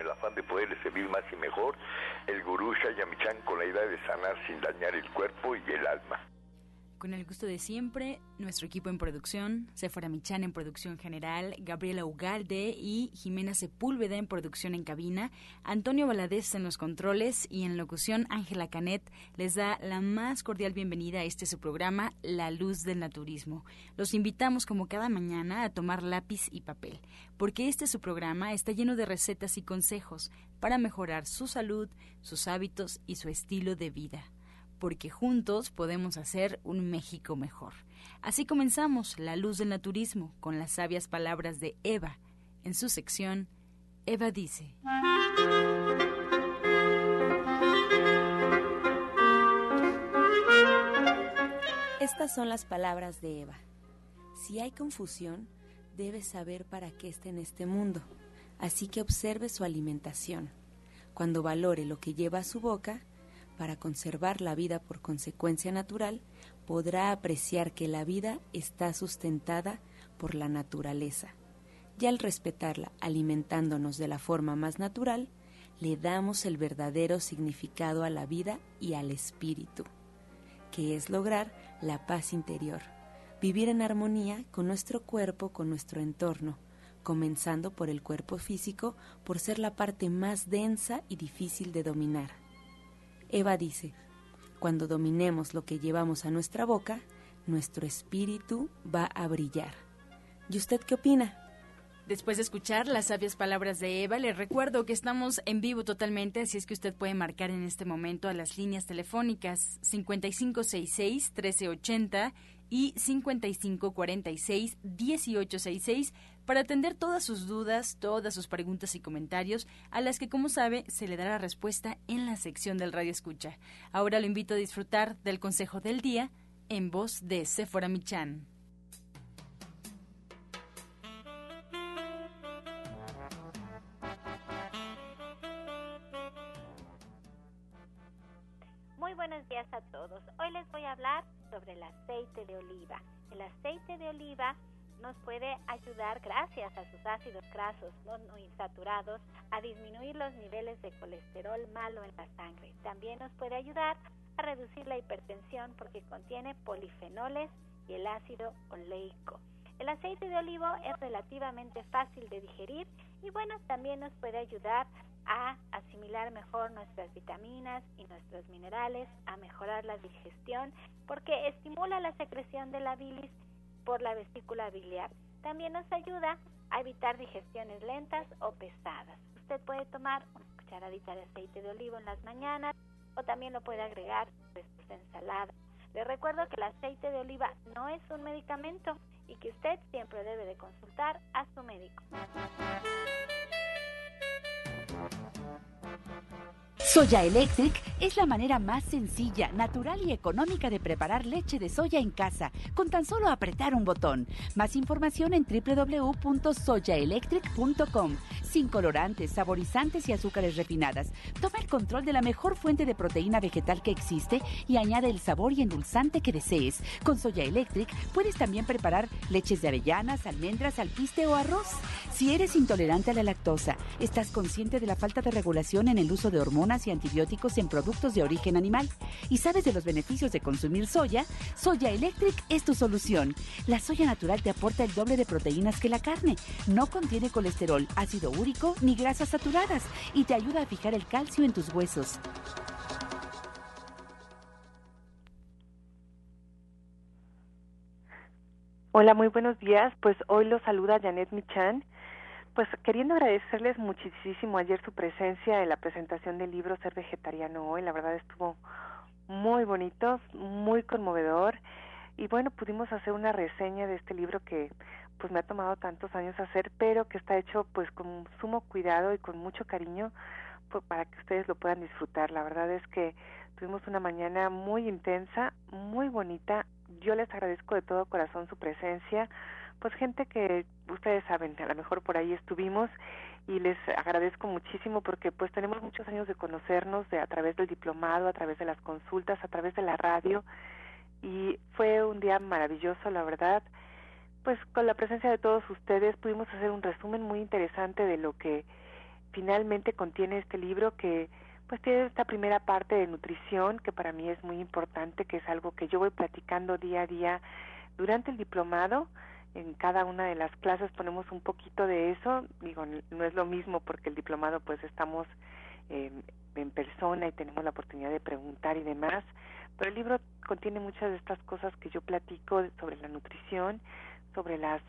el afán de poderle servir más y mejor, el gurú Shayamichan con la idea de sanar sin dañar el cuerpo y el alma. Con el gusto de siempre, nuestro equipo en producción, Séfora Michan en producción general, Gabriela Ugalde y Jimena Sepúlveda en producción en cabina, Antonio Valadez en los controles y en locución Ángela Canet les da la más cordial bienvenida a su programa, La Luz del Naturismo. Los invitamos como cada mañana a tomar lápiz y papel, porque su programa está lleno de recetas y consejos para mejorar su salud, sus hábitos y su estilo de vida. Porque juntos podemos hacer un México mejor. Así comenzamos La Luz del Naturismo con las sabias palabras de Eva. En su sección, Eva dice. Estas son las palabras de Eva. Si hay confusión, debes saber para qué está en este mundo. Así que observe su alimentación. Cuando valore lo que lleva a su boca, para conservar la vida por consecuencia natural, podrá apreciar que la vida está sustentada por la naturaleza. Y al respetarla, alimentándonos de la forma más natural, le damos el verdadero significado a la vida y al espíritu, que es lograr la paz interior, vivir en armonía con nuestro cuerpo, con nuestro entorno, comenzando por el cuerpo físico, por ser la parte más densa y difícil de dominar. Eva dice, cuando dominemos lo que llevamos a nuestra boca, nuestro espíritu va a brillar. ¿Y usted qué opina? Después de escuchar las sabias palabras de Eva, les recuerdo que estamos en vivo totalmente, así es que usted puede marcar en este momento a las líneas telefónicas 5566-1380 y 5546-1866 para atender todas sus dudas, todas sus preguntas y comentarios, a las que, como sabe, se le dará respuesta en la sección del Radio Escucha. Ahora lo invito a disfrutar del consejo del día en voz de Séfora Michan. Muy buenos días a todos. Hoy les voy a hablar sobre el aceite de oliva. El aceite de oliva nos puede ayudar, gracias a sus ácidos grasos monoinsaturados, a disminuir los niveles de colesterol malo en la sangre. También nos puede ayudar a reducir la hipertensión porque contiene polifenoles y el ácido oleico. El aceite de olivo es relativamente fácil de digerir y también nos puede ayudar a asimilar mejor nuestras vitaminas y nuestros minerales, a mejorar la digestión porque estimula la secreción de la bilis por la vesícula biliar. También nos ayuda a evitar digestiones lentas o pesadas. Usted puede tomar una cucharadita de aceite de olivo en las mañanas o también lo puede agregar a sus ensaladas. Le recuerdo que el aceite de oliva no es un medicamento y que usted siempre debe de consultar a su médico. Soya Electric es la manera más sencilla, natural y económica de preparar leche de soya en casa, con tan solo apretar un botón. Más información en www.soyaelectric.com. Sin colorantes, saborizantes y azúcares refinadas. Toma el control de la mejor fuente de proteína vegetal que existe y añade el sabor y endulzante que desees. Con Soya Electric puedes también preparar leches de avellanas, almendras, alpiste o arroz. Si eres intolerante a la lactosa, estás consciente de la falta de regulación en el uso de hormonas y antibióticos en productos de origen animal y sabes de los beneficios de consumir soya, Soya Electric es tu solución. La soya natural te aporta el doble de proteínas que la carne, no contiene colesterol, ácido úrico ni grasas saturadas y te ayuda a fijar el calcio en tus huesos. Hola, muy buenos días. Pues hoy los saluda Janet Michan. Pues queriendo agradecerles muchísimo ayer su presencia en la presentación del libro Ser Vegetariano Hoy. La verdad estuvo muy bonito, muy conmovedor y pudimos hacer una reseña de este libro que pues me ha tomado tantos años hacer, pero que está hecho pues con sumo cuidado y con mucho cariño pues, para que ustedes lo puedan disfrutar. La verdad es que tuvimos una mañana muy intensa, muy bonita. Yo les agradezco de todo corazón su presencia. Pues gente que ustedes saben, a lo mejor por ahí estuvimos y les agradezco muchísimo porque pues tenemos muchos años de conocernos a través del diplomado, a través de las consultas, a través de la radio y fue un día maravilloso, la verdad. Pues con la presencia de todos ustedes pudimos hacer un resumen muy interesante de lo que finalmente contiene este libro que pues tiene esta primera parte de nutrición, que para mí es muy importante, que es algo que yo voy platicando día a día durante el diplomado. En cada una de las clases ponemos un poquito de eso. Digo, no es lo mismo porque el diplomado pues estamos en persona y tenemos la oportunidad de preguntar y demás, pero el libro contiene muchas de estas cosas que yo platico sobre la nutrición, sobre las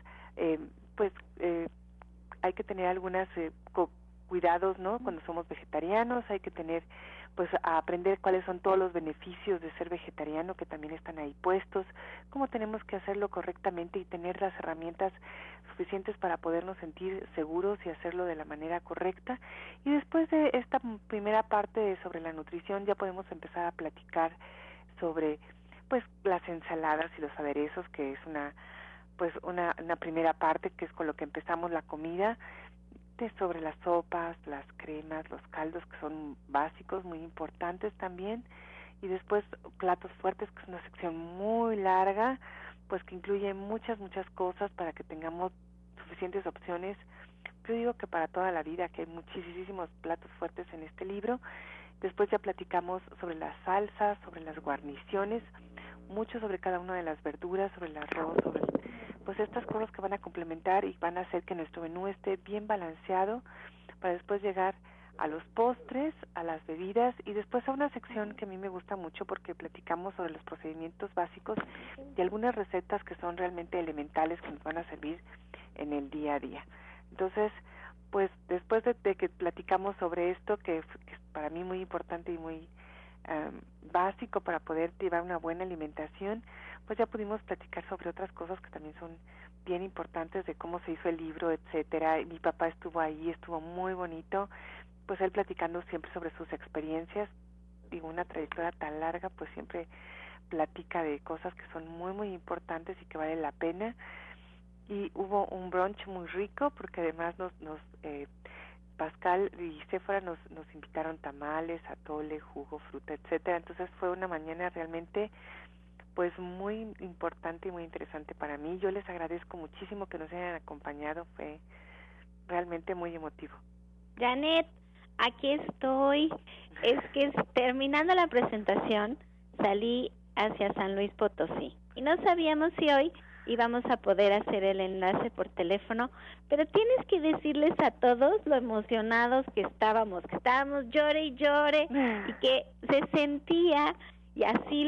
hay que tener algunas cuidados, ¿no? Cuando somos vegetarianos hay que tener, pues, a aprender cuáles son todos los beneficios de ser vegetariano, que también están ahí puestos, cómo tenemos que hacerlo correctamente y tener las herramientas suficientes para podernos sentir seguros y hacerlo de la manera correcta. Y después de esta primera parte sobre la nutrición ya podemos empezar a platicar sobre, pues, las ensaladas y los aderezos, que es una primera parte, que es con lo que empezamos la comida, sobre las sopas, las cremas, los caldos, que son básicos, muy importantes también, y después platos fuertes, que es una sección muy larga, pues que incluye muchas cosas para que tengamos suficientes opciones. Yo digo que para toda la vida, que hay muchísimos platos fuertes en este libro. Después ya platicamos sobre las salsas, sobre las guarniciones, mucho sobre cada una de las verduras, sobre el arroz, sobre pues estas cosas que van a complementar y van a hacer que nuestro menú esté bien balanceado, para después llegar a los postres, a las bebidas, y después a una sección que a mí me gusta mucho porque platicamos sobre los procedimientos básicos y algunas recetas que son realmente elementales, que nos van a servir en el día a día. Entonces, pues después de que platicamos sobre esto, que es para mí muy importante y muy básico para poder llevar una buena alimentación, pues ya pudimos platicar sobre otras cosas que también son bien importantes, de cómo se hizo el libro, etcétera. Y mi papá estuvo ahí, estuvo muy bonito, pues él platicando siempre sobre sus experiencias. Digo, una trayectoria tan larga, pues siempre platica de cosas que son muy importantes y que vale la pena. Y hubo un brunch muy rico, porque además Pascal y Séfora nos invitaron tamales, atole, jugo, fruta, etcétera. Entonces fue una mañana realmente pues muy importante y muy interesante para mí. Yo les agradezco muchísimo que nos hayan acompañado, fue realmente muy emotivo. Janet, aquí estoy. Es que terminando la presentación salí hacia San Luis Potosí y no sabíamos si hoy íbamos a poder hacer el enlace por teléfono, pero tienes que decirles a todos lo emocionados que estábamos llore y llore, y que se sentía, y así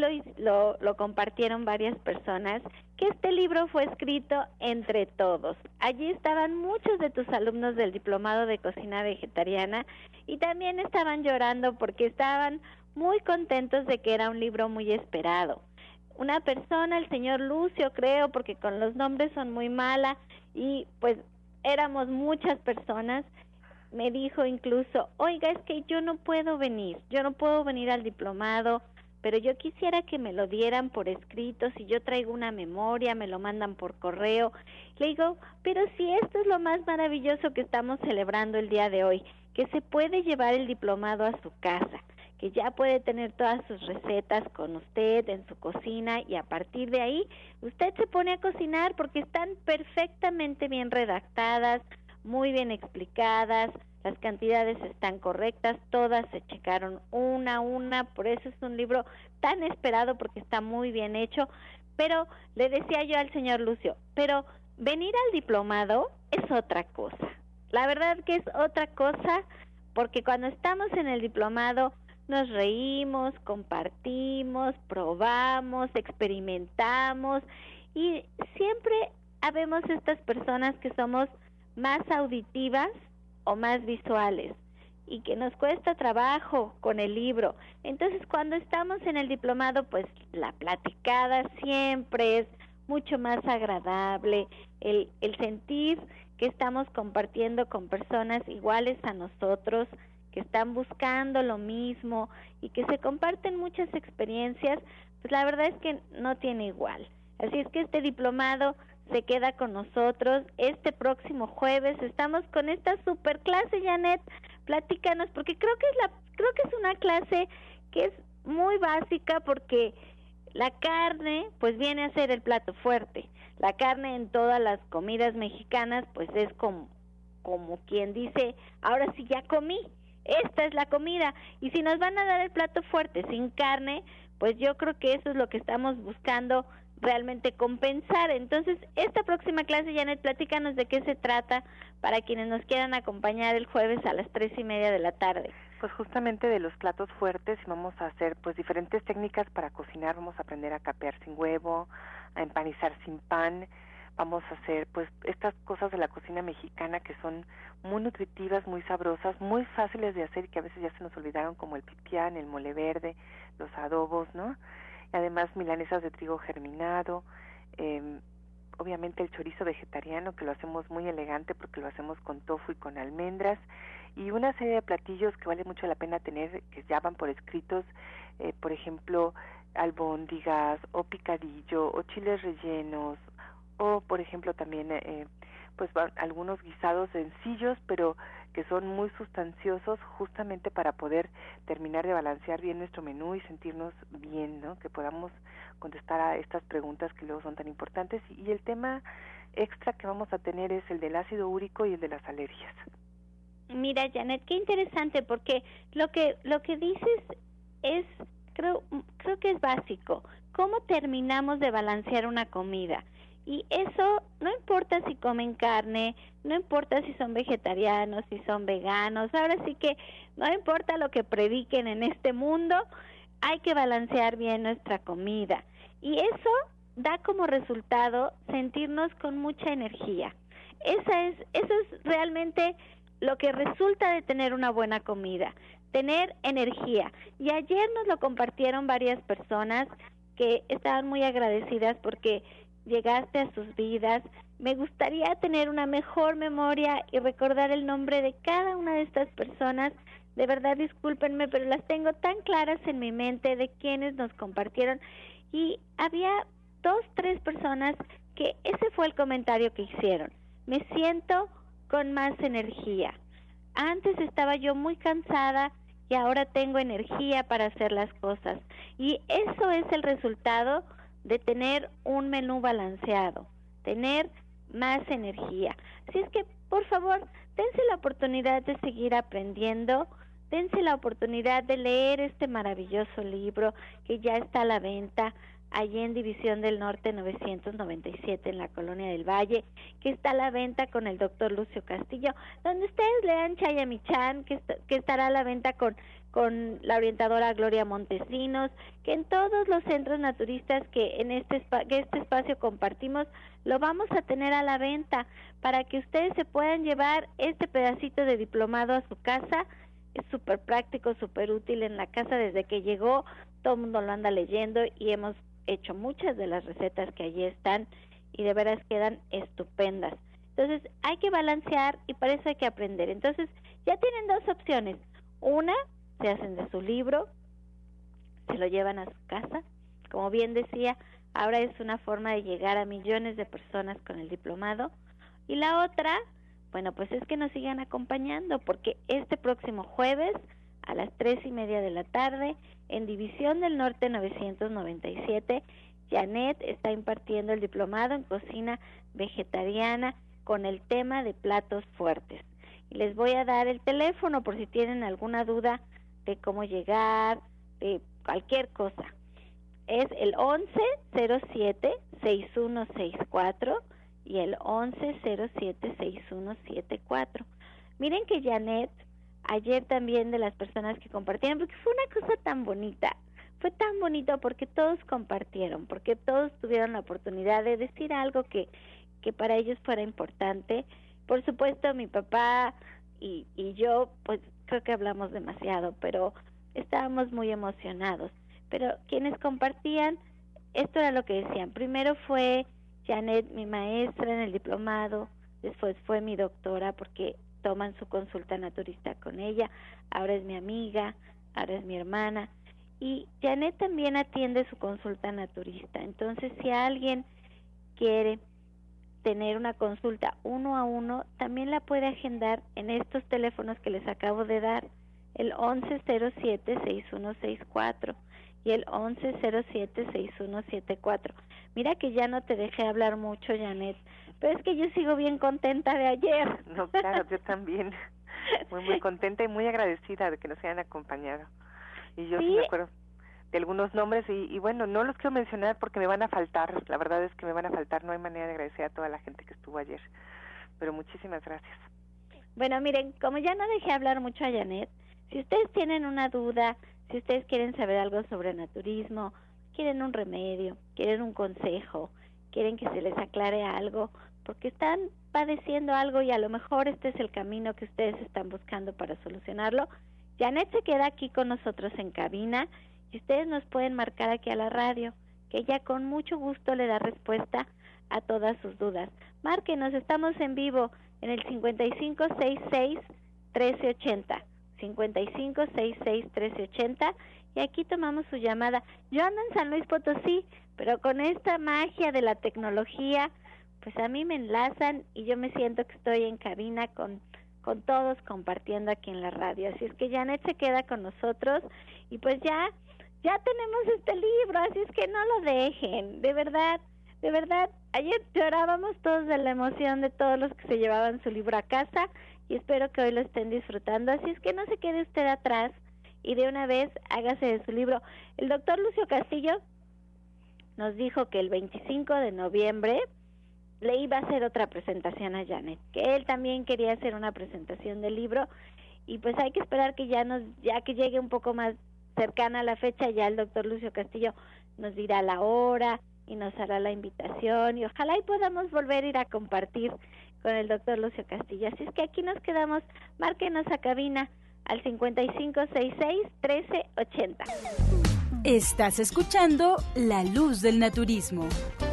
lo compartieron varias personas, que este libro fue escrito entre todos. Allí estaban muchos de tus alumnos del Diplomado de Cocina Vegetariana y también estaban llorando porque estaban muy contentos de que era un libro muy esperado. Una persona, el señor Lucio, creo, porque con los nombres son muy mala, y pues éramos muchas personas, me dijo incluso, oiga, es que yo no puedo venir al diplomado, pero yo quisiera que me lo dieran por escrito, si yo traigo una memoria, me lo mandan por correo. Le digo, pero si esto es lo más maravilloso que estamos celebrando el día de hoy, que se puede llevar el diplomado a su casa, que ya puede tener todas sus recetas con usted en su cocina, y a partir de ahí usted se pone a cocinar porque están perfectamente bien redactadas, muy bien explicadas, las cantidades están correctas, todas se checaron una a una, por eso es un libro tan esperado porque está muy bien hecho. Pero le decía yo al señor Lucio, pero venir al diplomado es otra cosa, la verdad que es otra cosa, porque cuando estamos en el diplomado nos reímos, compartimos, probamos, experimentamos, y siempre habemos estas personas que somos más auditivas o más visuales y que nos cuesta trabajo con el libro. Entonces, cuando estamos en el diplomado, pues la platicada siempre es mucho más agradable, el sentir que estamos compartiendo con personas iguales a nosotros, que están buscando lo mismo y que se comparten muchas experiencias, pues la verdad es que no tiene igual. Así es que este diplomado se queda con nosotros. Este próximo jueves estamos con esta super clase. Janet, platícanos, porque creo que es una clase que es muy básica, porque la carne pues viene a ser el plato fuerte. La carne en todas las comidas mexicanas pues es como como quien dice, ahora sí ya comí, esta es la comida. Y si nos van a dar el plato fuerte sin carne, pues yo creo que eso es lo que estamos buscando realmente compensar. Entonces, esta próxima clase, Janet, platícanos de qué se trata para quienes nos quieran acompañar el jueves a las 3:30 de la tarde. Pues justamente de los platos fuertes, y vamos a hacer pues diferentes técnicas para cocinar. Vamos a aprender a capear sin huevo, a empanizar sin pan. Vamos a hacer pues estas cosas de la cocina mexicana que son muy nutritivas, muy sabrosas, muy fáciles de hacer y que a veces ya se nos olvidaron, como el pipián, el mole verde, los adobos, ¿no? Y además milanesas de trigo germinado, obviamente el chorizo vegetariano, que lo hacemos muy elegante porque lo hacemos con tofu y con almendras, y una serie de platillos que vale mucho la pena tener, que ya van por escritos, por ejemplo, albóndigas, o picadillo, o chiles rellenos, o por ejemplo también pues algunos guisados sencillos, pero que son muy sustanciosos, justamente para poder terminar de balancear bien nuestro menú y sentirnos bien, ¿no? Que podamos contestar a estas preguntas que luego son tan importantes. Y el tema extra que vamos a tener es el del ácido úrico y el de las alergias. Mira, Janet, qué interesante, porque lo que dices es, creo que es básico. ¿Cómo terminamos de balancear una comida? Y eso no importa si comen carne, no importa si son vegetarianos, si son veganos, ahora sí que no importa lo que prediquen en este mundo, hay que balancear bien nuestra comida. Y eso da como resultado sentirnos con mucha energía. Eso es realmente lo que resulta de tener una buena comida, tener energía. Y ayer nos lo compartieron varias personas que estaban muy agradecidas porque llegaste a sus vidas. Me gustaría tener una mejor memoria y recordar el nombre de cada una de estas personas. De verdad, discúlpenme, pero las tengo tan claras en mi mente de quienes nos compartieron. Y había 2, 3 personas que ese fue el comentario que hicieron. Me siento con más energía. Antes estaba yo muy cansada y ahora tengo energía para hacer las cosas. Y eso es el resultado de tener un menú balanceado, tener más energía. Así es que, por favor, dense la oportunidad de seguir aprendiendo, dense la oportunidad de leer este maravilloso libro que ya está a la venta allí en División del Norte 997 en la Colonia del Valle, que está a la venta con el doctor Lucio Castillo, donde ustedes lean Chayamichan, que estará a la venta con la orientadora Gloria Montesinos, que en todos los centros naturistas que en este espacio compartimos, lo vamos a tener a la venta para que ustedes se puedan llevar este pedacito de diplomado a su casa. Es súper práctico, súper útil en la casa desde que llegó, todo el mundo lo anda leyendo y hemos hecho muchas de las recetas que allí están y de veras quedan estupendas. Entonces hay que balancear y para eso hay que aprender. Entonces ya tienen 2 opciones. Una, se hacen de su libro, se lo llevan a su casa. Como bien decía, ahora es una forma de llegar a millones de personas con el diplomado. Y la otra, bueno, pues es que nos sigan acompañando, porque este próximo jueves a las 3:30 de la tarde, en División del Norte 997, Janet está impartiendo el diplomado en cocina vegetariana con el tema de platos fuertes. Y les voy a dar el teléfono por si tienen alguna duda de cómo llegar, de cualquier cosa. Es el 1107-6164 y el 1107-6174. Miren que Janet, ayer también de las personas que compartieron, porque fue una cosa tan bonita, fue tan bonito porque todos compartieron, porque todos tuvieron la oportunidad de decir algo que para ellos fuera importante. Por supuesto, mi papá y yo, pues creo que hablamos demasiado, pero estábamos muy emocionados. Pero quienes compartían, esto era lo que decían. Primero fue Janet, mi maestra en el diplomado, después fue mi doctora porque toman su consulta naturista con ella, ahora es mi amiga, ahora es mi hermana, y Janet también atiende su consulta naturista. Entonces, si alguien quiere tener una consulta 1 a 1, también la puede agendar en estos teléfonos que les acabo de dar, el 1107-6164 y el 1107-6174. Mira que ya no te dejé hablar mucho, Janet, pero es que yo sigo bien contenta de ayer. No, claro, yo también. Muy contenta y muy agradecida de que nos hayan acompañado. Y yo sí me acuerdo de algunos nombres y bueno, no los quiero mencionar porque me van a faltar. La verdad es que me van a faltar. No hay manera de agradecer a toda la gente que estuvo ayer. Pero muchísimas gracias. Bueno, miren, como ya no dejé hablar mucho a Janet, si ustedes tienen una duda, si ustedes quieren saber algo sobre naturismo, quieren un remedio, quieren un consejo, quieren que se les aclare algo, porque están padeciendo algo y a lo mejor este es el camino que ustedes están buscando para solucionarlo, Janet se queda aquí con nosotros en cabina y ustedes nos pueden marcar aquí a la radio, que ella con mucho gusto le da respuesta a todas sus dudas. Márquenos, estamos en vivo en el 5566-1380, 5566-1380, y aquí tomamos su llamada. Yo ando en San Luis Potosí, pero con esta magia de la tecnología, pues a mí me enlazan y yo me siento que estoy en cabina con todos compartiendo aquí en la radio. Así es que Janet se queda con nosotros y pues ya tenemos este libro, así es que no lo dejen, de verdad, ayer llorábamos todos de la emoción de todos los que se llevaban su libro a casa y espero que hoy lo estén disfrutando, así es que no se quede usted atrás y de una vez hágase de su libro. El doctor Lucio Castillo nos dijo que el 25 de noviembre le iba a hacer otra presentación a Janet, que él también quería hacer una presentación del libro y pues hay que esperar que ya que llegue un poco más cercana a la fecha, ya el doctor Lucio Castillo nos dirá la hora y nos hará la invitación y ojalá y podamos volver a ir a compartir con el doctor Lucio Castillo. Así es que aquí nos quedamos, márquenos a cabina al 5566-1380. Estás escuchando La Luz del Naturismo.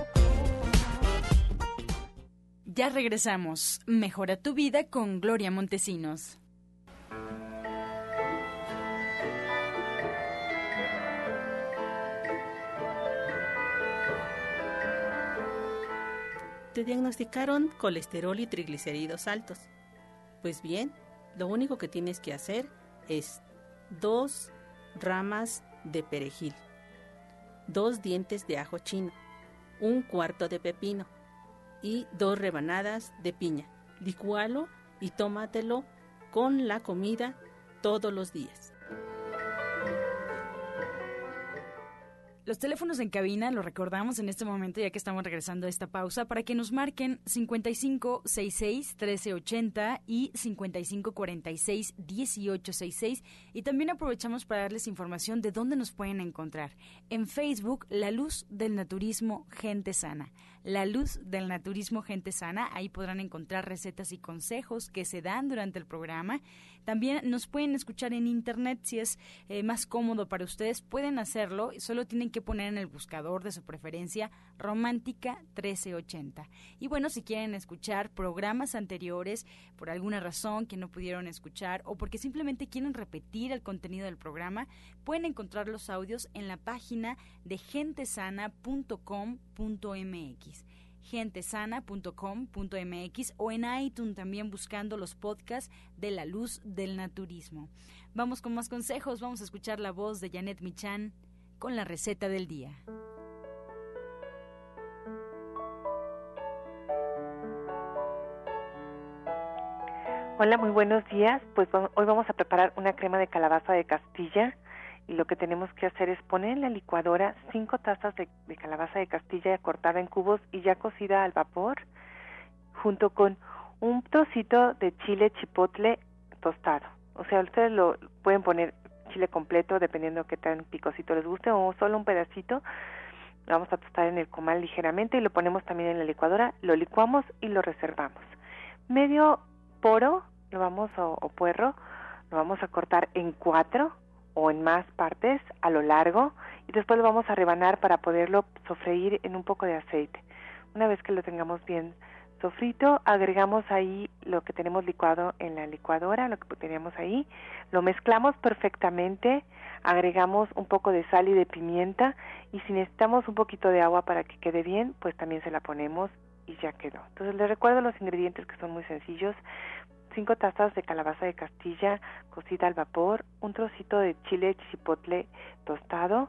Ya regresamos. Mejora tu vida con Gloria Montesinos. Te diagnosticaron colesterol y triglicéridos altos. Pues bien, lo único que tienes que hacer es 2 ramas de perejil, 2 dientes de ajo chino, 1/4 de pepino y 2 rebanadas de piña. Licúalo y tómatelo con la comida todos los días. Los teléfonos en cabina los recordamos en este momento, ya que estamos regresando a esta pausa, para que nos marquen 5566-1380 y 5546-1866. Y también aprovechamos para darles información de dónde nos pueden encontrar. En Facebook, La Luz del Naturismo Gente Sana. La Luz del Naturismo Gente Sana. Ahí podrán encontrar recetas y consejos que se dan durante el programa. También nos pueden escuchar en internet si es más cómodo para ustedes. Pueden hacerlo, solo tienen que poner en el buscador de su preferencia Romántica 1380. Y bueno, si quieren escuchar programas anteriores por alguna razón que no pudieron escuchar o porque simplemente quieren repetir el contenido del programa, pueden encontrar los audios en la página de gentesana.com.mx. gentesana.com.mx o en iTunes también buscando los podcasts de La Luz del Naturismo. Vamos con más consejos, vamos a escuchar la voz de Janet Michan con la receta del día. Hola, muy buenos días. Pues hoy vamos a preparar una crema de calabaza de Castilla. Y lo que tenemos que hacer es poner en la licuadora 5 tazas de calabaza de Castilla cortada en cubos y ya cocida al vapor, junto con un trocito de chile chipotle tostado. O sea, ustedes lo pueden poner chile completo, dependiendo qué tan picosito les guste, o solo un pedacito. Lo vamos a tostar en el comal ligeramente y lo ponemos también en la licuadora, lo licuamos y lo reservamos. Medio poro, o puerro, lo vamos a cortar en 4 o en más partes a lo largo y después lo vamos a rebanar para poderlo sofreír en un poco de aceite. Una vez que lo tengamos bien sofrito, agregamos ahí lo que tenemos licuado en la licuadora, lo que teníamos ahí, lo mezclamos perfectamente, agregamos un poco de sal y de pimienta y si necesitamos un poquito de agua para que quede bien, pues también se la ponemos y ya quedó. Entonces les recuerdo los ingredientes que son muy sencillos: 5 tazas de calabaza de Castilla cocida al vapor, un trocito de chile chipotle tostado,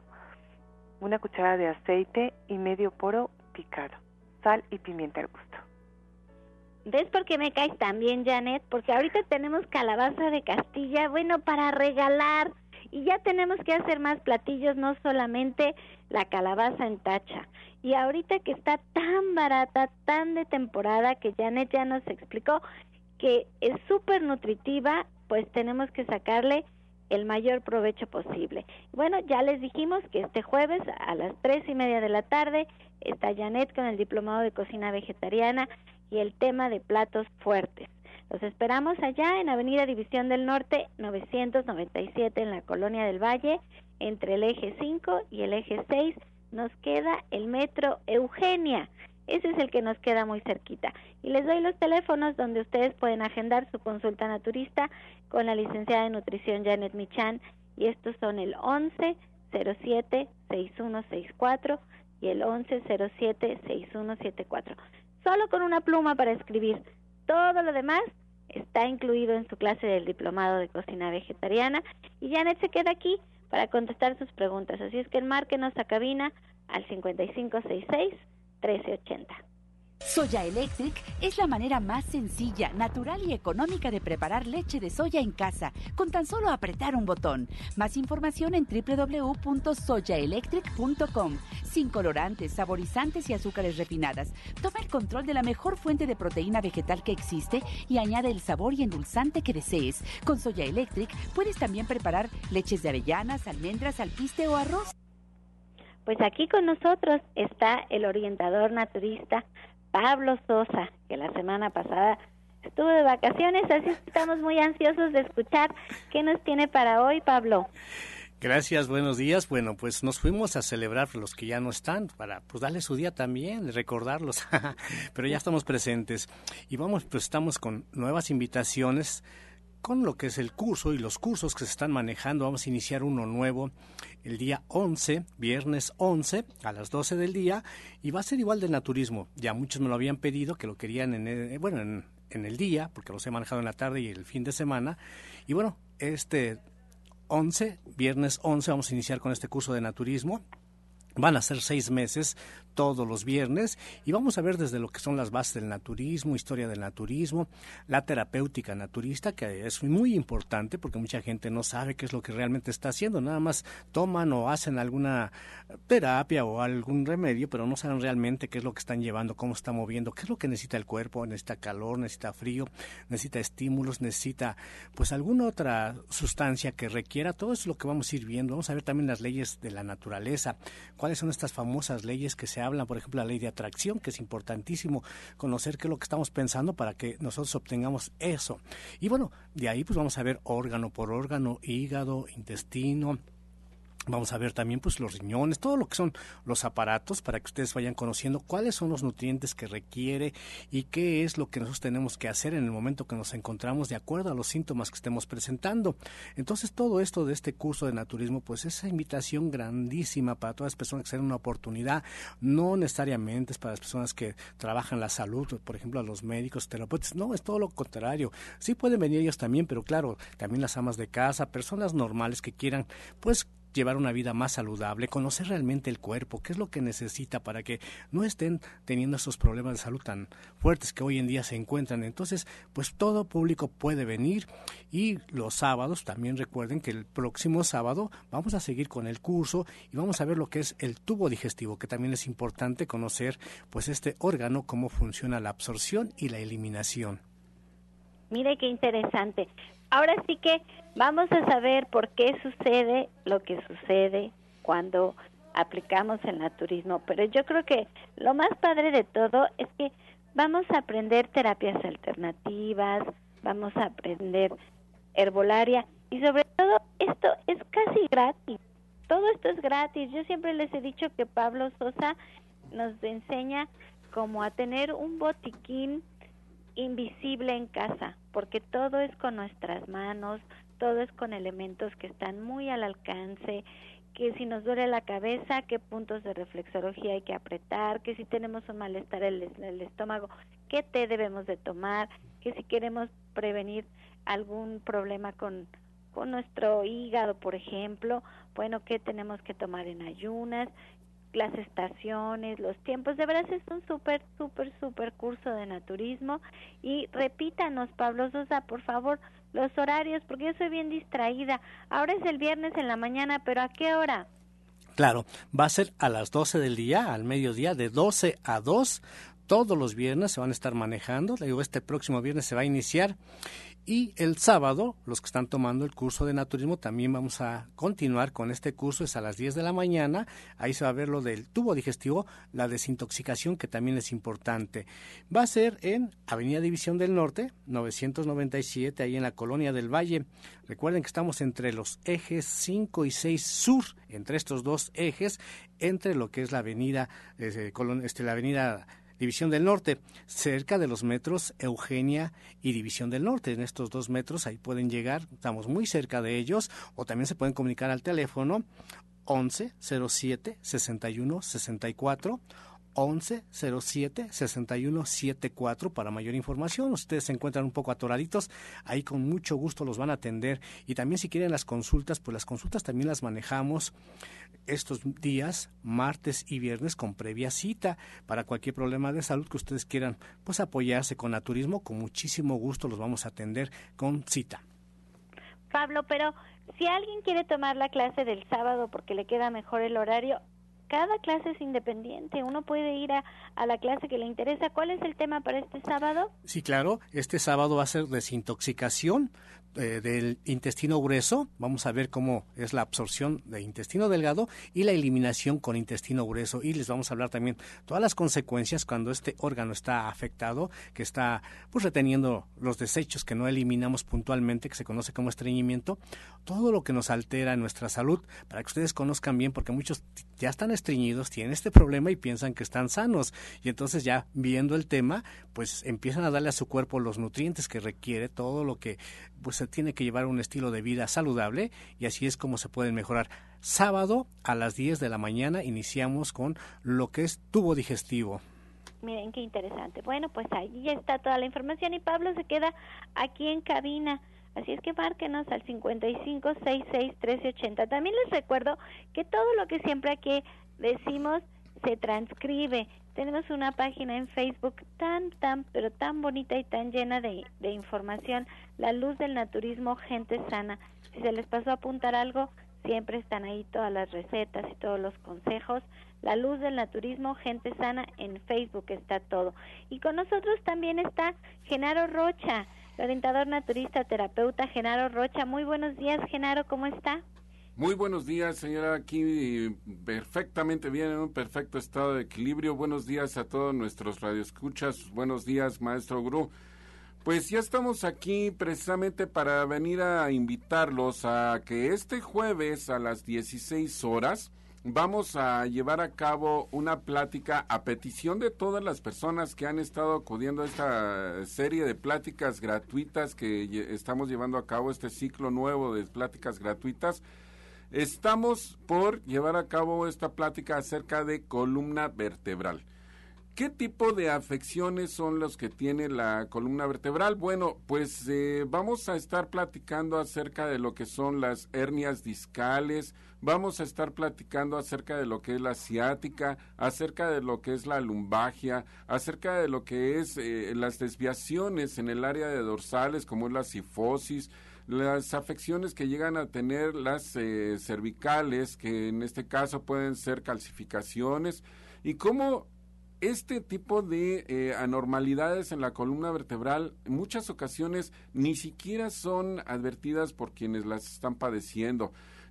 1 cucharada de aceite y medio poro picado, sal y pimienta al gusto. ¿Ves por qué me caes tan bien, Janet? Porque ahorita tenemos calabaza de Castilla, bueno, para regalar. Y ya tenemos que hacer más platillos, no solamente la calabaza en tacha. Y ahorita que está tan barata, tan de temporada, que Janet ya nos explicó que es súper nutritiva, pues tenemos que sacarle el mayor provecho posible. Bueno, ya les dijimos que este jueves a las 3:30 de la tarde está Janet con el diplomado de cocina vegetariana y el tema de platos fuertes. Los esperamos allá en Avenida División del Norte 997 en la Colonia del Valle, entre el eje 5 y el eje 6. Nos queda el metro Eugenia, ese es el que nos queda muy cerquita. Y les doy los teléfonos donde ustedes pueden agendar su consulta naturista con la licenciada de nutrición Janet Michan, y estos son el 1107-6164 y el 1107-6174. Solo con una pluma para escribir. Todo lo demás está incluido en su clase del diplomado de cocina vegetariana, y Janet se queda aquí para contestar sus preguntas. Así es que márquenos a cabina al 5566-1380. Soya Electric es la manera más sencilla, natural y económica de preparar leche de soya en casa, con tan solo apretar un botón. Más información en www.soyaelectric.com. Sin colorantes, saborizantes y azúcares refinadas. Toma el control de la mejor fuente de proteína vegetal que existe y añade el sabor y endulzante que desees. Con Soya Electric puedes también preparar leches de avellanas, almendras, alpiste o arroz. Pues aquí con nosotros está el orientador naturista Pablo Sosa, que la semana pasada estuvo de vacaciones, así que estamos muy ansiosos de escuchar qué nos tiene para hoy, Pablo. Gracias, buenos días. Bueno, pues nos fuimos a celebrar los que ya no están, para pues darles su día también, recordarlos, pero ya estamos presentes. Y vamos, pues estamos con nuevas invitaciones con lo que es el curso y los cursos que se están manejando. Vamos a iniciar uno nuevo el día 11, viernes 11, a las 12 del día, y va a ser igual de naturismo. Ya muchos me lo habían pedido, que lo querían en el día, porque los he manejado en la tarde y el fin de semana. Y bueno, viernes 11, vamos a iniciar con este curso de naturismo. Van a ser 6 meses, todos los viernes, y vamos a ver desde lo que son las bases del naturismo, historia del naturismo, la terapéutica naturista, que es muy importante porque mucha gente no sabe qué es lo que realmente está haciendo, nada más toman o hacen alguna terapia o algún remedio, pero no saben realmente qué es lo que están llevando, cómo está moviendo, qué es lo que necesita el cuerpo. Necesita calor, necesita frío, necesita estímulos, necesita pues alguna otra sustancia que requiera. Todo eso es lo que vamos a ir viendo. Vamos a ver también las leyes de la naturaleza, cuáles son estas famosas leyes que se hablan, por ejemplo, la ley de atracción, que es importantísimo conocer qué es lo que estamos pensando para que nosotros obtengamos eso. Y bueno, de ahí pues vamos a ver órgano por órgano, hígado, intestino. Vamos a ver también pues los riñones, todo lo que son los aparatos, para que ustedes vayan conociendo cuáles son los nutrientes que requiere y qué es lo que nosotros tenemos que hacer en el momento que nos encontramos de acuerdo a los síntomas que estemos presentando. Entonces todo esto de este curso de naturismo, pues es esa invitación grandísima para todas las personas que se den una oportunidad. No necesariamente es para las personas que trabajan la salud, por ejemplo a los médicos, terapeutas, no, es todo lo contrario. Sí pueden venir ellos también, pero claro, también las amas de casa, personas normales que quieran pues llevar una vida más saludable, conocer realmente el cuerpo, qué es lo que necesita para que no estén teniendo esos problemas de salud tan fuertes que hoy en día se encuentran. Entonces, pues todo público puede venir, y los sábados también recuerden que el próximo sábado vamos a seguir con el curso y vamos a ver lo que es el tubo digestivo, que también es importante conocer pues este órgano, cómo funciona la absorción y la eliminación. Mire qué interesante. Ahora sí que vamos a saber por qué sucede lo que sucede cuando aplicamos el naturismo. Pero yo creo que lo más padre de todo es que vamos a aprender terapias alternativas, vamos a aprender herbolaria, y sobre todo esto es casi gratis. Todo esto es gratis. Yo siempre les he dicho que Pablo Sosa nos enseña cómo a tener un botiquín invisible en casa, porque todo es con nuestras manos, todo es con elementos que están muy al alcance, que si nos duele la cabeza, qué puntos de reflexología hay que apretar, que si tenemos un malestar en el estómago, qué té debemos de tomar, que si queremos prevenir algún problema con nuestro hígado, por ejemplo, bueno, qué tenemos que tomar en ayunas. las estaciones, los tiempos. De verdad es un súper curso de naturismo. Y repítanos, Pablo Sosa, por favor, los horarios, porque yo soy bien distraída. Ahora es el viernes en la mañana, pero ¿a qué hora? Claro, va a ser a las 12 del día, al mediodía, de 12 a 2. Todos los viernes se van a estar manejando. Le digo, este próximo viernes se va a iniciar. Y el sábado, los que están tomando el curso de naturismo, también vamos a continuar con este curso, es a las 10 de la mañana, ahí se va a ver lo del tubo digestivo, la desintoxicación, que también es importante. Va a ser en Avenida División del Norte, 997, ahí en la Colonia del Valle. Recuerden que estamos entre los ejes 5 y 6 sur, entre estos dos ejes, entre lo que es la avenida, la avenida División del Norte, cerca de los metros Eugenia y División del Norte. En estos 2 metros ahí pueden llegar, estamos muy cerca de ellos, o también se pueden comunicar al teléfono 1107-6164, 1107-6174 para mayor información. Ustedes se encuentran un poco atoraditos, ahí con mucho gusto los van a atender. Y también si quieren las consultas, pues las consultas también las manejamos estos días, martes y viernes, con previa cita. Para cualquier problema de salud que ustedes quieran pues apoyarse con naturismo, con muchísimo gusto los vamos a atender con cita. Pablo, pero si alguien quiere tomar la clase del sábado porque le queda mejor el horario, cada clase es independiente, uno puede ir a la clase que le interesa. ¿Cuál es el tema para este sábado? Sí, claro, este sábado va a ser desintoxicación del intestino grueso. Vamos a ver cómo es la absorción de intestino delgado y la eliminación con intestino grueso, y les vamos a hablar también todas las consecuencias cuando este órgano está afectado, que está pues reteniendo los desechos que no eliminamos puntualmente, que se conoce como estreñimiento, todo lo que nos altera nuestra salud, para que ustedes conozcan bien, porque muchos ya están estreñidos, tienen este problema y piensan que están sanos, y entonces ya viendo el tema, pues empiezan a darle a su cuerpo los nutrientes que requiere, todo lo que pues se tiene que llevar un estilo de vida saludable, y así es como se pueden mejorar. Sábado a las 10 de la mañana iniciamos con lo que es tubo digestivo. Miren qué interesante. Bueno, pues ahí ya está toda la información y Pablo se queda aquí en cabina. Así es que márquenos al 5566-1380. También les recuerdo que todo lo que siempre aquí decimos se transcribe. Tenemos una página en Facebook pero tan bonita y tan llena de información, La Luz del Naturismo, Gente Sana. Si se les pasó a apuntar algo, siempre están ahí todas las recetas y todos los consejos. La Luz del Naturismo, Gente Sana, en Facebook está todo. Y con nosotros también está Genaro Rocha, el orientador naturista, terapeuta Genaro Rocha. Muy buenos días, Genaro, ¿cómo está? Muy buenos días, señora, aquí perfectamente bien, en un perfecto estado de equilibrio. Buenos días a todos nuestros radioescuchas. Buenos días, maestro Gurú. Pues ya estamos aquí precisamente para venir a invitarlos a que este jueves a las 16 horas vamos a llevar a cabo una plática a petición de todas las personas que han estado acudiendo a esta serie de pláticas gratuitas que estamos llevando a cabo, este ciclo nuevo de pláticas gratuitas. Estamos por llevar a cabo esta plática acerca de columna vertebral. ¿Qué tipo de afecciones son los que tiene la columna vertebral? Bueno, pues vamos a estar platicando acerca de lo que son las hernias discales, vamos a estar platicando acerca de lo que es la ciática, acerca de lo que es la lumbalgia, acerca de lo que es las desviaciones en el área de dorsales, como es la cifosis, las afecciones que llegan a tener las cervicales, que en este caso pueden ser calcificaciones, y cómo este tipo de anormalidades en la columna vertebral en muchas ocasiones ni siquiera son advertidas por quienes las están padeciendo.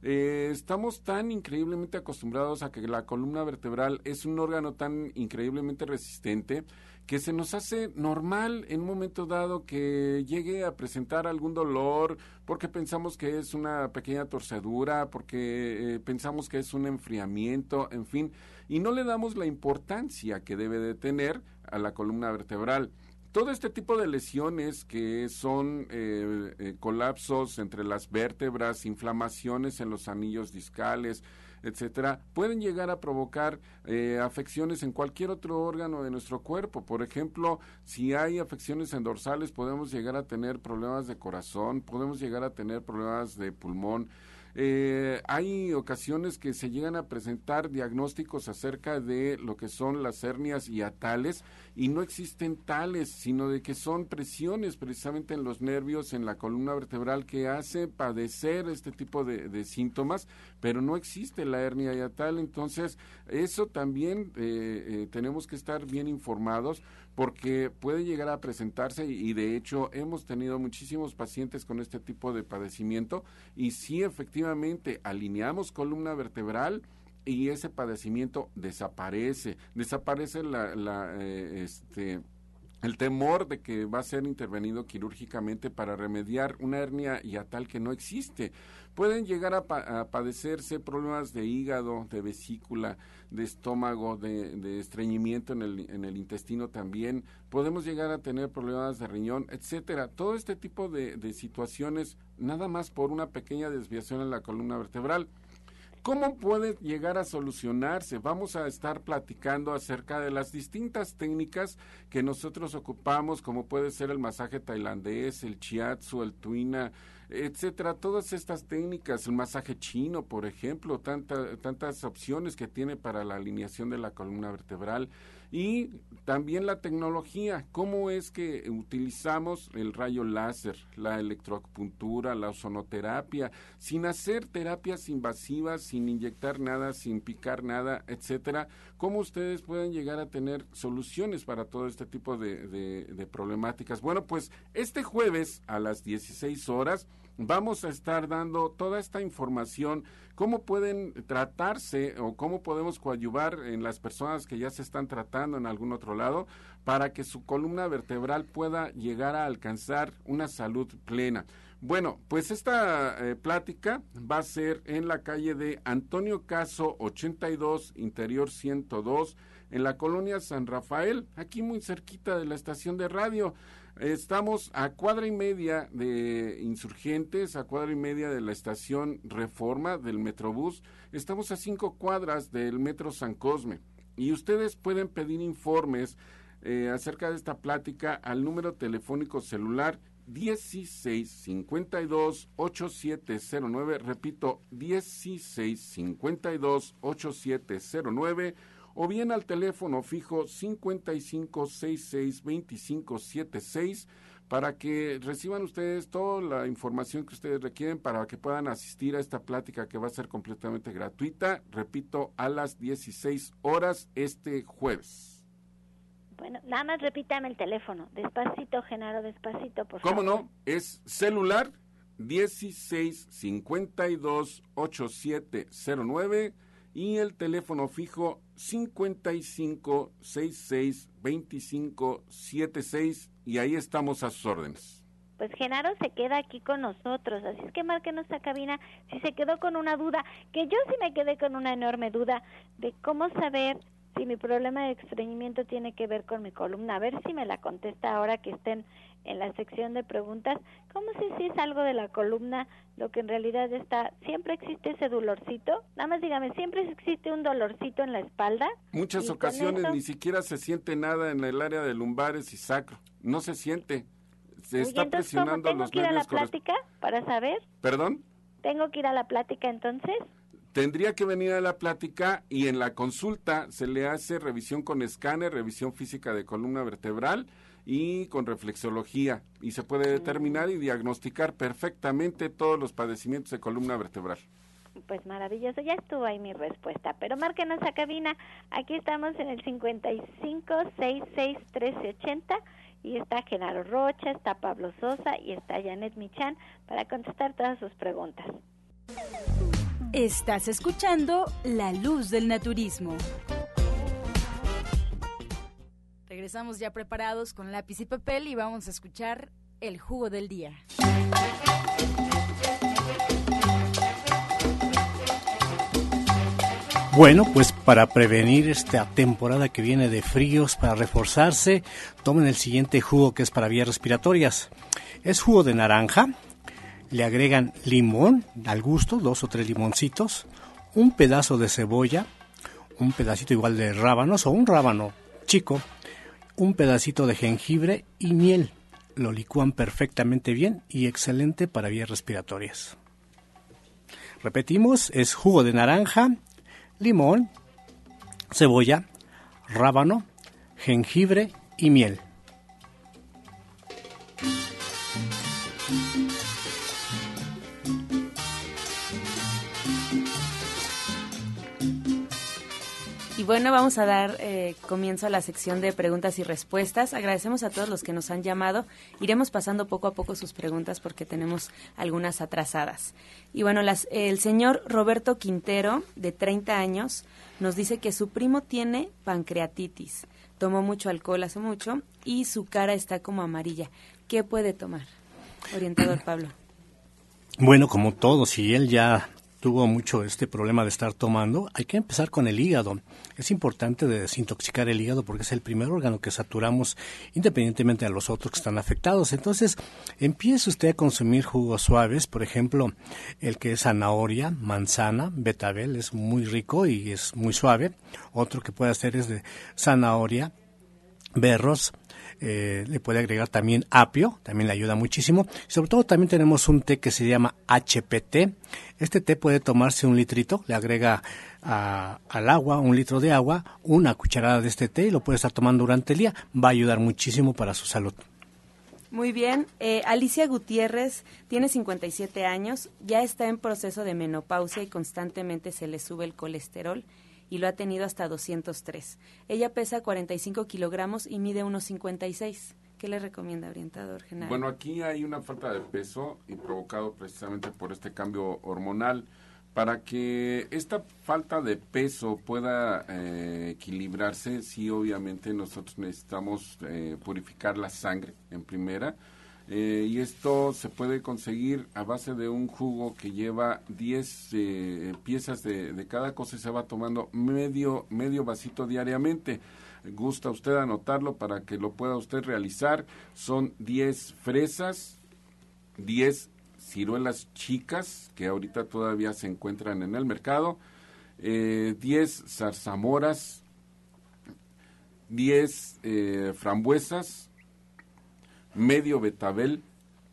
Estamos tan increíblemente acostumbrados a que la columna vertebral es un órgano tan increíblemente resistente que se nos hace normal en un momento dado que llegue a presentar algún dolor porque pensamos que es una pequeña torcedura, porque pensamos que es un enfriamiento, en fin, y no le damos la importancia que debe de tener a la columna vertebral. Todo este tipo de lesiones que son colapsos entre las vértebras, inflamaciones en los anillos discales, etcétera, pueden llegar a provocar afecciones en cualquier otro órgano de nuestro cuerpo. Por ejemplo, si hay afecciones en dorsales, podemos llegar a tener problemas de corazón, podemos llegar a tener problemas de pulmón. Hay ocasiones que se llegan a presentar diagnósticos acerca de lo que son las hernias hiatales, y no existen tales, sino de que son presiones precisamente en los nervios, en la columna vertebral, que hace padecer este tipo de síntomas, pero no existe la hernia hiatal. Entonces, eso también tenemos que estar bien informados, porque puede llegar a presentarse, y de hecho hemos tenido muchísimos pacientes con este tipo de padecimiento, y sí, efectivamente, alineamos columna vertebral y ese padecimiento desaparece el temor de que va a ser intervenido quirúrgicamente para remediar una hernia hiatal que no existe. Pueden llegar a padecerse problemas de hígado, de vesícula, de estómago, de estreñimiento en el intestino también. Podemos llegar a tener problemas de riñón, etcétera. Todo este tipo de situaciones, nada más por una pequeña desviación en la columna vertebral. ¿Cómo puede llegar a solucionarse? Vamos a estar platicando acerca de las distintas técnicas que nosotros ocupamos, como puede ser el masaje tailandés, el shiatsu, el tuina, etcétera. Todas estas técnicas, el masaje chino, por ejemplo, tantas opciones que tiene para la alineación de la columna vertebral. Y también la tecnología, cómo es que utilizamos el rayo láser, la electroacupuntura, la ozonoterapia, sin hacer terapias invasivas, sin inyectar nada, sin picar nada, etcétera. Cómo ustedes pueden llegar a tener soluciones para todo este tipo de problemáticas. Bueno, pues este jueves a las 16 horas vamos a estar dando toda esta información, cómo pueden tratarse o cómo podemos coadyuvar en las personas que ya se están tratando en algún otro lado, para que su columna vertebral pueda llegar a alcanzar una salud plena. Bueno, pues esta plática va a ser en la calle de Antonio Caso 82, Interior 102, en la colonia San Rafael, aquí muy cerquita de la estación de radio. Estamos a cuadra y media de Insurgentes, a cuadra y media de la estación Reforma del Metrobús. Estamos a 5 cuadras del Metro San Cosme. Y ustedes pueden pedir informes acerca de esta plática al número telefónico celular 1652-8709. Repito, 1652-8709. O bien al teléfono fijo 5566-2576, para que reciban ustedes toda la información que ustedes requieren para que puedan asistir a esta plática, que va a ser completamente gratuita, repito, a las 16 horas este jueves. Bueno, nada más repítame el teléfono, despacito, Genaro, despacito, por favor. ¿Cómo no? Es celular 1652-8709 y el teléfono fijo 5566-2576, y ahí estamos a sus órdenes. Pues Genaro se queda aquí con nosotros, así es que márquenos a cabina si se quedó con una duda, que yo sí me quedé con una enorme duda de cómo saber si mi problema de estreñimiento tiene que ver con mi columna. A ver si me la contesta ahora que estén en la sección de preguntas. ¿Cómo sé si es algo de la columna lo que en realidad está? ¿Siempre existe ese dolorcito? Nada más dígame, ¿siempre existe un dolorcito en la espalda? Muchas ocasiones ni siquiera se siente nada en el área de lumbares y sacro. No se siente. Se está presionando los nervios. ¿Tengo que ir a la plática para saber? ¿Perdón? ¿Tengo que ir a la plática entonces? Tendría que venir a la plática, y en la consulta se le hace revisión con escáner, revisión física de columna vertebral y con reflexología, y se puede determinar y diagnosticar perfectamente todos los padecimientos de columna vertebral. Pues maravilloso, ya estuvo ahí mi respuesta, pero márquenos a cabina, aquí estamos en el 55661380 y está Genaro Rocha, está Pablo Sosa y está Janet Michan para contestar todas sus preguntas. Estás escuchando La Luz del Naturismo. Regresamos ya preparados con lápiz y papel y vamos a escuchar el jugo del día. Bueno, pues para prevenir esta temporada que viene de fríos, para reforzarse, tomen el siguiente jugo, que es para vías respiratorias. Es jugo de naranja. Le agregan limón al gusto, 2 o 3 limoncitos, un pedazo de cebolla, un pedacito igual de rábanos o un rábano chico, un pedacito de jengibre y miel. Lo licúan perfectamente bien y excelente para vías respiratorias. Repetimos, es jugo de naranja, limón, cebolla, rábano, jengibre y miel. Y bueno, vamos a dar comienzo a la sección de preguntas y respuestas. Agradecemos a todos los que nos han llamado. Iremos pasando poco a poco sus preguntas porque tenemos algunas atrasadas. Y bueno, el señor Roberto Quintero, de 30 años, nos dice que su primo tiene pancreatitis. Tomó mucho alcohol hace mucho y su cara está como amarilla. ¿Qué puede tomar? Orientador Pablo. Bueno, como todo, si él ya tuvo mucho este problema de estar tomando, hay que empezar con el hígado. Es importante desintoxicar el hígado porque es el primer órgano que saturamos independientemente de los otros que están afectados. Entonces, empiece usted a consumir jugos suaves, por ejemplo, el que es zanahoria, manzana, betabel, es muy rico y es muy suave. Otro que puede hacer es de zanahoria, berros, le puede agregar también apio, también le ayuda muchísimo. Sobre todo también tenemos un té que se llama HPT. Este té puede tomarse un litrito, le agrega al agua, 1 litro de agua, una cucharada de este té y lo puede estar tomando durante el día. Va a ayudar muchísimo para su salud. Muy bien. Alicia Gutiérrez tiene 57 años, ya está en proceso de menopausia y constantemente se le sube el colesterol y lo ha tenido hasta 203. Ella pesa 45 kilogramos y mide 1,56. ¿Qué le recomienda, orientador general? Bueno, aquí hay una falta de peso y provocado precisamente por este cambio hormonal. Para que esta falta de peso pueda equilibrarse, sí, obviamente nosotros necesitamos purificar la sangre en primera. Y esto se puede conseguir a base de un jugo que lleva 10 piezas de cada cosa y se va tomando medio vasito diariamente. Gusta usted anotarlo para que lo pueda usted realizar. Son 10 fresas, 10 ciruelas chicas que ahorita todavía se encuentran en el mercado, 10 zarzamoras, 10 frambuesas, medio betabel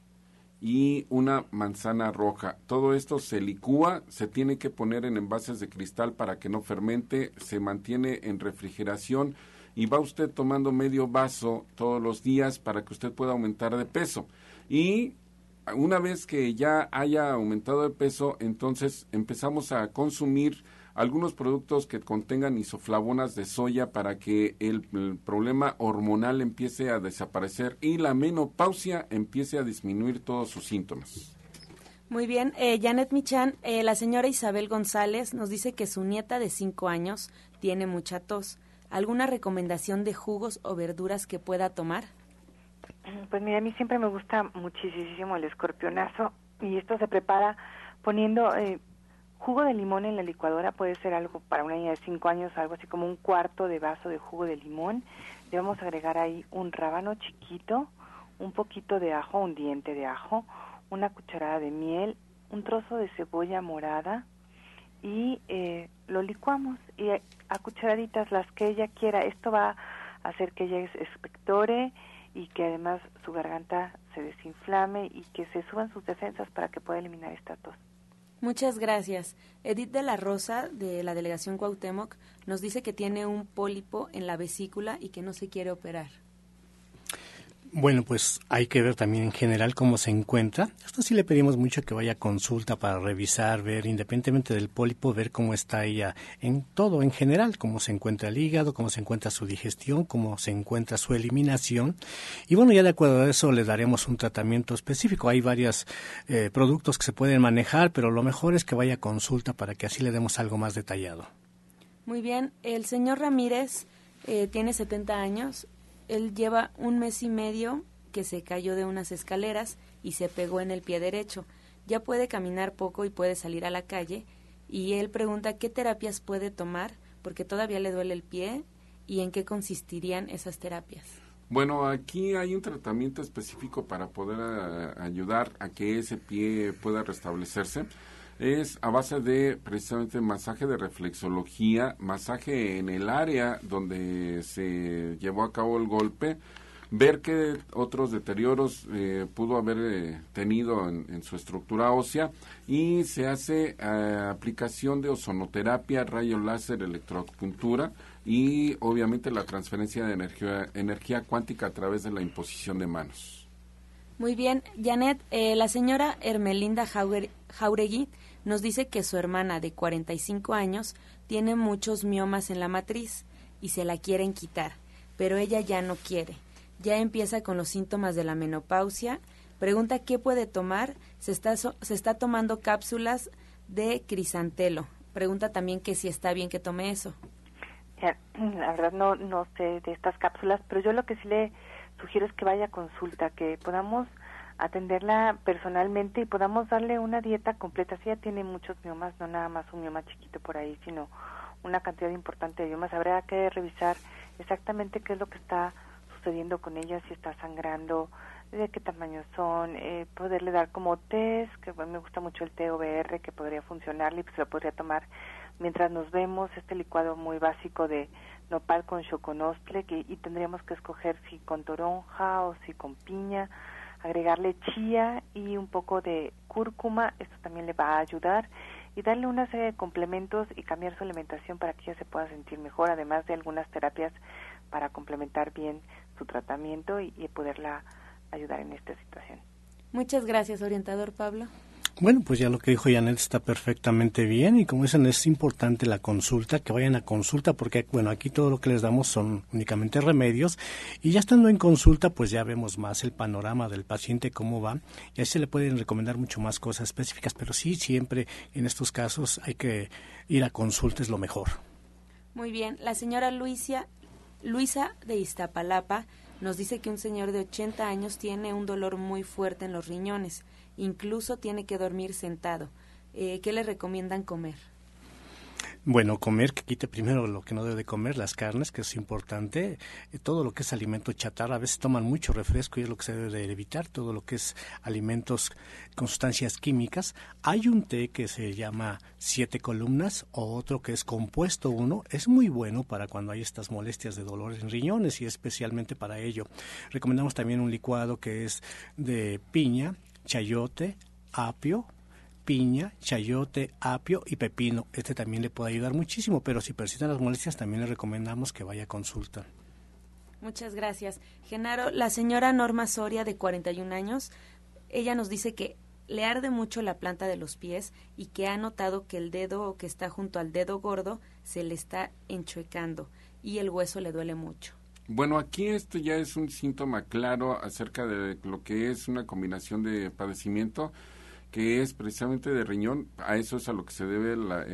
y una manzana roja. Todo esto se licúa, se tiene que poner en envases de cristal para que no fermente, se mantiene en refrigeración y va usted tomando medio vaso todos los días para que usted pueda aumentar de peso. Y una vez que ya haya aumentado de peso, entonces empezamos a consumir algunos productos que contengan isoflavonas de soya para que el problema hormonal empiece a desaparecer y la menopausia empiece a disminuir todos sus síntomas. Muy bien. Janet Michan, la señora Isabel González nos dice que su nieta de 5 años tiene mucha tos. ¿Alguna recomendación de jugos o verduras que pueda tomar? Pues mira, a mí siempre me gusta muchísimo el escorpionazo y esto se prepara poniendo jugo de limón en la licuadora. Puede ser algo para una niña de 5 años, algo así como 1/4 de vaso de jugo de limón. Le vamos a agregar ahí un rábano chiquito, un poquito de ajo, un diente de ajo, una cucharada de miel, un trozo de cebolla morada y lo licuamos y a cucharaditas las que ella quiera. Esto va a hacer que ella expectore y que además su garganta se desinflame y que se suban sus defensas para que pueda eliminar esta tos. Muchas gracias. Edith de la Rosa, de la Delegación Cuauhtémoc, nos dice que tiene un pólipo en la vesícula y que no se quiere operar. Bueno, pues hay que ver también en general cómo se encuentra. Esto sí le pedimos mucho que vaya a consulta para revisar, ver, independientemente del pólipo, ver cómo está ella en todo, en general, cómo se encuentra el hígado, cómo se encuentra su digestión, cómo se encuentra su eliminación. Y bueno, ya de acuerdo a eso le daremos un tratamiento específico. Hay varios productos que se pueden manejar, pero lo mejor es que vaya a consulta para que así le demos algo más detallado. Muy bien. El señor Ramírez tiene 70 años. Él lleva 1 mes y medio que se cayó de unas escaleras y se pegó en el pie derecho. Ya puede caminar poco y puede salir a la calle. Y él pregunta qué terapias puede tomar porque todavía le duele el pie y en qué consistirían esas terapias. Bueno, aquí hay un tratamiento específico para poder ayudar a que ese pie pueda restablecerse. es a base de precisamente masaje de reflexología, masaje en el área donde se llevó a cabo el golpe, ver qué otros deterioros pudo haber tenido en su estructura ósea, y se hace aplicación de ozonoterapia, rayo láser, electroacupuntura y obviamente la transferencia de energía cuántica a través de la imposición de manos. Muy bien, Janet, la señora Hermelinda Jauregui nos dice que su hermana de 45 años tiene muchos miomas en la matriz y se la quieren quitar, pero ella ya no quiere. Ya empieza con los síntomas de la menopausia. Pregunta qué puede tomar. Se está tomando cápsulas de crisantelo. Pregunta también que si está bien que tome eso. La verdad no sé de estas cápsulas, pero yo lo que sí le sugiero es que vaya a consulta, que podamos atenderla personalmente y podamos darle una dieta completa. Si ella tiene muchos miomas, no nada más un mioma chiquito por ahí, sino una cantidad importante de miomas. Habrá que revisar exactamente qué es lo que está sucediendo con ella, si está sangrando, de qué tamaño son, poderle dar como test, que me gusta mucho el té OBR, que podría funcionarle y pues se lo podría tomar mientras nos vemos, este licuado muy básico de nopal con choconostle, y tendríamos que escoger si con toronja o si con piña, agregarle chía y un poco de cúrcuma. Esto también le va a ayudar, y darle una serie de complementos y cambiar su alimentación para que ella se pueda sentir mejor, además de algunas terapias para complementar bien su tratamiento y poderla ayudar en esta situación. Muchas gracias, orientador Pablo. Bueno, pues ya lo que dijo Janet está perfectamente bien, y como dicen, es importante la consulta, que vayan a consulta, porque bueno, aquí todo lo que les damos son únicamente remedios, y ya estando en consulta pues ya vemos más el panorama del paciente, cómo va, y ahí se le pueden recomendar mucho más cosas específicas, pero sí, siempre en estos casos hay que ir a consulta, es lo mejor. Muy bien, la señora Luisa de Iztapalapa nos dice que un señor de 80 años tiene un dolor muy fuerte en los riñones, incluso tiene que dormir sentado. ¿Qué le recomiendan comer? Bueno, comer, que quite primero lo que no debe de comer, las carnes, que es importante, todo lo que es alimento chatarra. A veces toman mucho refresco y es lo que se debe de evitar, todo lo que es alimentos con sustancias químicas. Hay un té que se llama 7 columnas, o otro que es compuesto 1, es muy bueno para cuando hay estas molestias de dolor en riñones, y especialmente para ello. Recomendamos también un licuado que es de piña, chayote, apio, piña, chayote, apio y pepino. Este también le puede ayudar muchísimo, pero si persisten las molestias también le recomendamos que vaya a consulta. Muchas gracias. Genaro, la señora Norma Soria, de 41 años, ella nos dice que le arde mucho la planta de los pies y que ha notado que el dedo que está junto al dedo gordo se le está enchuecando y el hueso le duele mucho. Bueno, aquí esto ya es un síntoma claro acerca de lo que es una combinación de padecimiento que es precisamente de riñón. A eso es a lo que se debe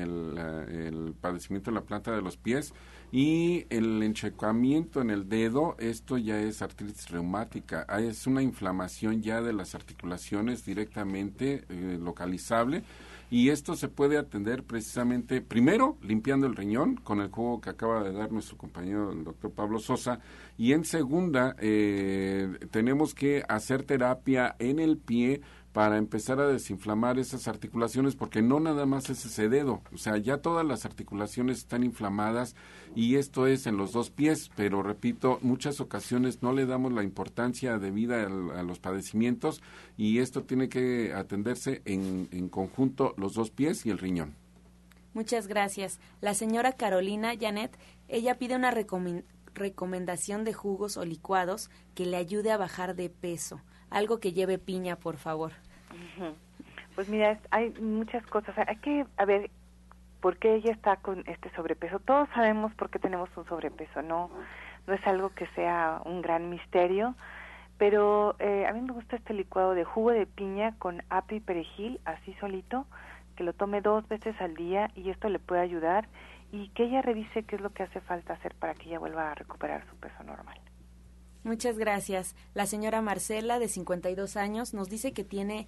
el padecimiento de la planta de los pies, y el enchecamiento en el dedo. Esto ya es artritis reumática, es una inflamación ya de las articulaciones directamente localizable, y esto se puede atender precisamente primero limpiando el riñón con el jugo que acaba de dar nuestro compañero el doctor Pablo Sosa, y en segunda tenemos que hacer terapia en el pie para empezar a desinflamar esas articulaciones, porque no nada más es ese dedo, o sea, ya todas las articulaciones están inflamadas, y esto es en los dos pies, pero repito, muchas ocasiones no le damos la importancia debida a los padecimientos, y esto tiene que atenderse en conjunto, los dos pies y el riñón. Muchas gracias. La señora Carolina Janet, ella pide una recomendación de jugos o licuados que le ayude a bajar de peso. Algo que lleve piña, por favor. Pues mira, hay muchas cosas. Hay que ver por qué ella está con este sobrepeso. Todos sabemos por qué tenemos un sobrepeso, no es algo que sea un gran misterio, pero a mí me gusta este licuado de jugo de piña con apio y perejil, así solito, que lo tome 2 veces al día, y esto le puede ayudar, y que ella revise qué es lo que hace falta hacer para que ella vuelva a recuperar su peso normal. Muchas gracias. La señora Marcela, de 52 años, nos dice que tiene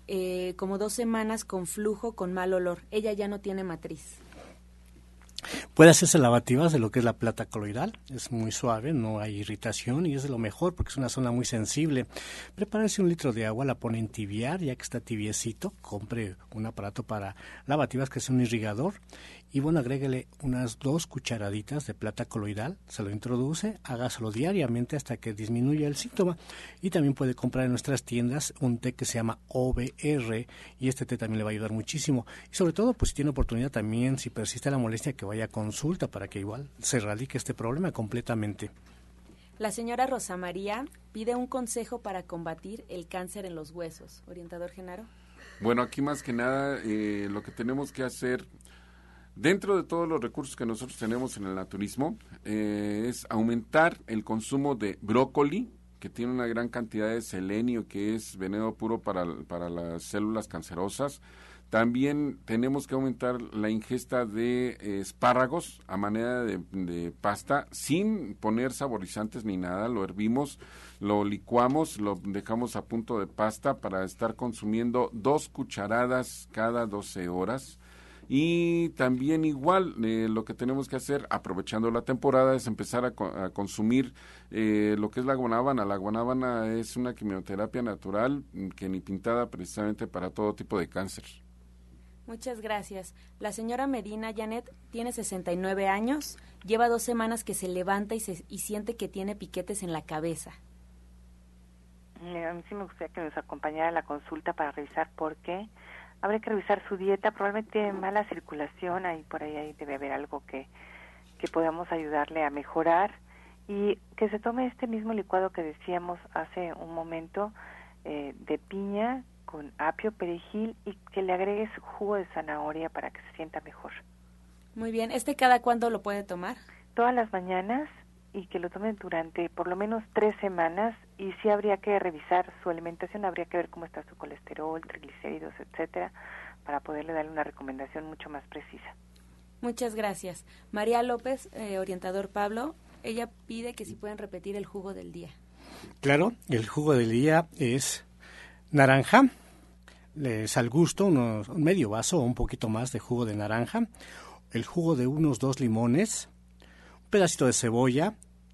como 2 semanas con flujo, con mal olor. Ella ya no tiene matriz. Puede hacerse lavativas de lo que es la plata coloidal, es muy suave, no hay irritación y es de lo mejor porque es una zona muy sensible. Prepárese 1 litro de agua, la pone a entibiar, ya que está tibiecito, compre un aparato para lavativas que es un irrigador y bueno, agréguele unas 2 cucharaditas de plata coloidal, se lo introduce, hágaselo diariamente hasta que disminuya el síntoma y también puede comprar en nuestras tiendas un té que se llama OBR y este té también le va a ayudar muchísimo y sobre todo pues si tiene oportunidad también, si persiste la molestia, que vaya a consulta para que igual se erradique este problema completamente. La señora Rosa María pide un consejo para combatir el cáncer en los huesos. Orientador Genaro. Bueno, aquí más que nada lo que tenemos que hacer dentro de todos los recursos que nosotros tenemos en el naturismo es aumentar el consumo de brócoli, que tiene una gran cantidad de selenio, que es veneno puro para las células cancerosas. También tenemos que aumentar la ingesta de espárragos a manera de pasta, sin poner saborizantes ni nada. Lo hervimos, lo licuamos, lo dejamos a punto de pasta para estar consumiendo 2 cucharadas cada 12 horas. Y también igual lo que tenemos que hacer, aprovechando la temporada, es empezar a consumir lo que es la guanábana. La guanábana es una quimioterapia natural que ni pintada precisamente para todo tipo de cáncer. Muchas gracias. La señora Medina Janet tiene 69 años, lleva 2 semanas que se levanta y siente que tiene piquetes en la cabeza. A mí sí me gustaría que nos acompañara a la consulta para revisar por qué. Habría que revisar su dieta, probablemente tiene mala circulación, ahí por ahí debe haber algo que podamos ayudarle a mejorar y que se tome este mismo licuado que decíamos hace un momento de piña con apio, perejil y que le agregues jugo de zanahoria para que se sienta mejor. Muy bien, ¿cada cuándo lo puede tomar? Todas las mañanas y que lo tomen durante por lo menos 3 semanas y sí habría que revisar su alimentación, habría que ver cómo está su colesterol, triglicéridos, etcétera, para poderle darle una recomendación mucho más precisa. Muchas gracias. María López, orientador Pablo, ella pide que si pueden repetir el jugo del día. Claro, el jugo del día es naranja, es al gusto, un medio vaso o un poquito más de jugo de naranja, el jugo de unos 2 limones, un pedacito de cebolla,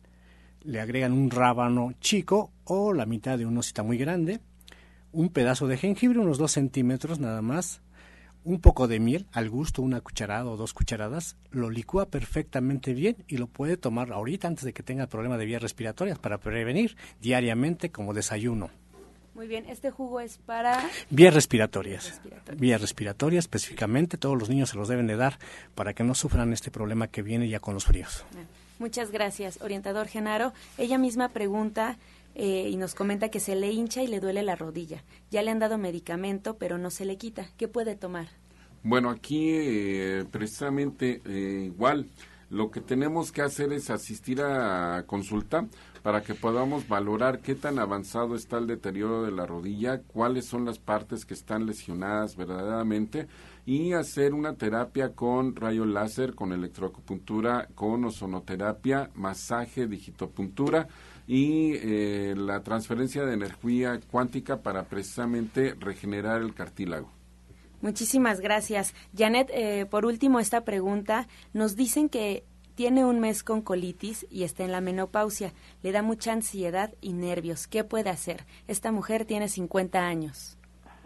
le agregan un rábano chico o la mitad de una hosita muy grande, un pedazo de jengibre, unos 2 centímetros nada más, un poco de miel al gusto, 1 cucharada o 2 cucharadas, lo licúa perfectamente bien y lo puede tomar ahorita antes de que tenga problema de vías respiratorias para prevenir diariamente como desayuno. Muy bien, este jugo es para... Vías respiratorias. Vías respiratorias específicamente, todos los niños se los deben de dar para que no sufran este problema que viene ya con los fríos. Muchas gracias, orientador Genaro. Ella misma pregunta y nos comenta que se le hincha y le duele la rodilla. Ya le han dado medicamento, pero no se le quita. ¿Qué puede tomar? Bueno, aquí precisamente igual, lo que tenemos que hacer es asistir a consulta para que podamos valorar qué tan avanzado está el deterioro de la rodilla, cuáles son las partes que están lesionadas verdaderamente y hacer una terapia con rayo láser, con electroacupuntura, con ozonoterapia, masaje, digitopuntura y la transferencia de energía cuántica para precisamente regenerar el cartílago. Muchísimas gracias. Janet, por último esta pregunta, nos dicen que tiene un mes con colitis y está en la menopausia. Le da mucha ansiedad y nervios. ¿Qué puede hacer? Esta mujer tiene 50 años.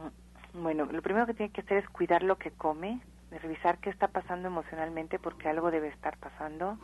Bueno, lo primero que tiene que hacer es cuidar lo que come, de revisar qué está pasando emocionalmente porque algo debe estar pasando.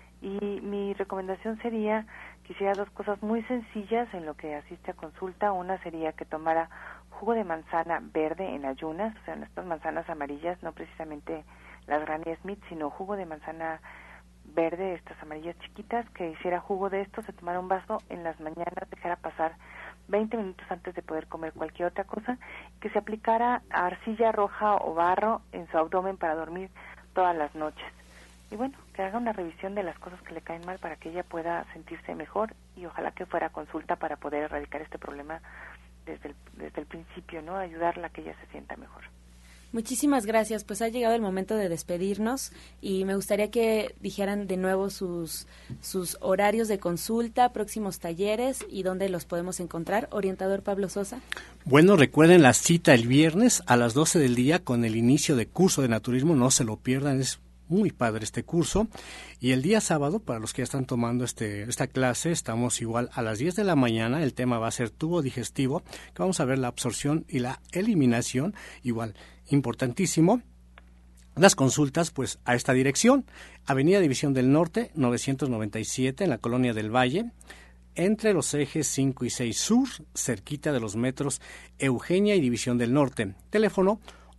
Y mi recomendación sería que hiciera 2 cosas muy sencillas en lo que asiste a consulta. Una sería que tomara jugo de manzana verde en ayunas, o sea, estas manzanas amarillas, no precisamente las Granny Smith, sino jugo de manzana verde, estas amarillas chiquitas, que hiciera jugo de esto, se tomara un vaso en las mañanas, dejara pasar 20 minutos antes de poder comer cualquier otra cosa, que se aplicara arcilla roja o barro en su abdomen para dormir todas las noches. Y bueno, que haga una revisión de las cosas que le caen mal para que ella pueda sentirse mejor y ojalá que fuera a consulta para poder erradicar este problema desde el principio, ¿no? Ayudarla a que ella se sienta mejor. Muchísimas gracias, pues ha llegado el momento de despedirnos y me gustaría que dijeran de nuevo sus horarios de consulta, próximos talleres y dónde los podemos encontrar. Orientador Pablo Sosa. Bueno, recuerden la cita el viernes a las 12 del día con el inicio de curso de naturismo, no se lo pierdan, es muy padre este curso. Y el día sábado, para los que ya están tomando esta clase, estamos igual a las 10 de la mañana. El tema va a ser tubo digestivo, que vamos a ver la absorción y la eliminación, igual importantísimo. Las consultas, pues, a esta dirección: Avenida División del Norte, 997, en la Colonia del Valle, entre los ejes 5 y 6 Sur, cerquita de los metros Eugenia y División del Norte. Teléfono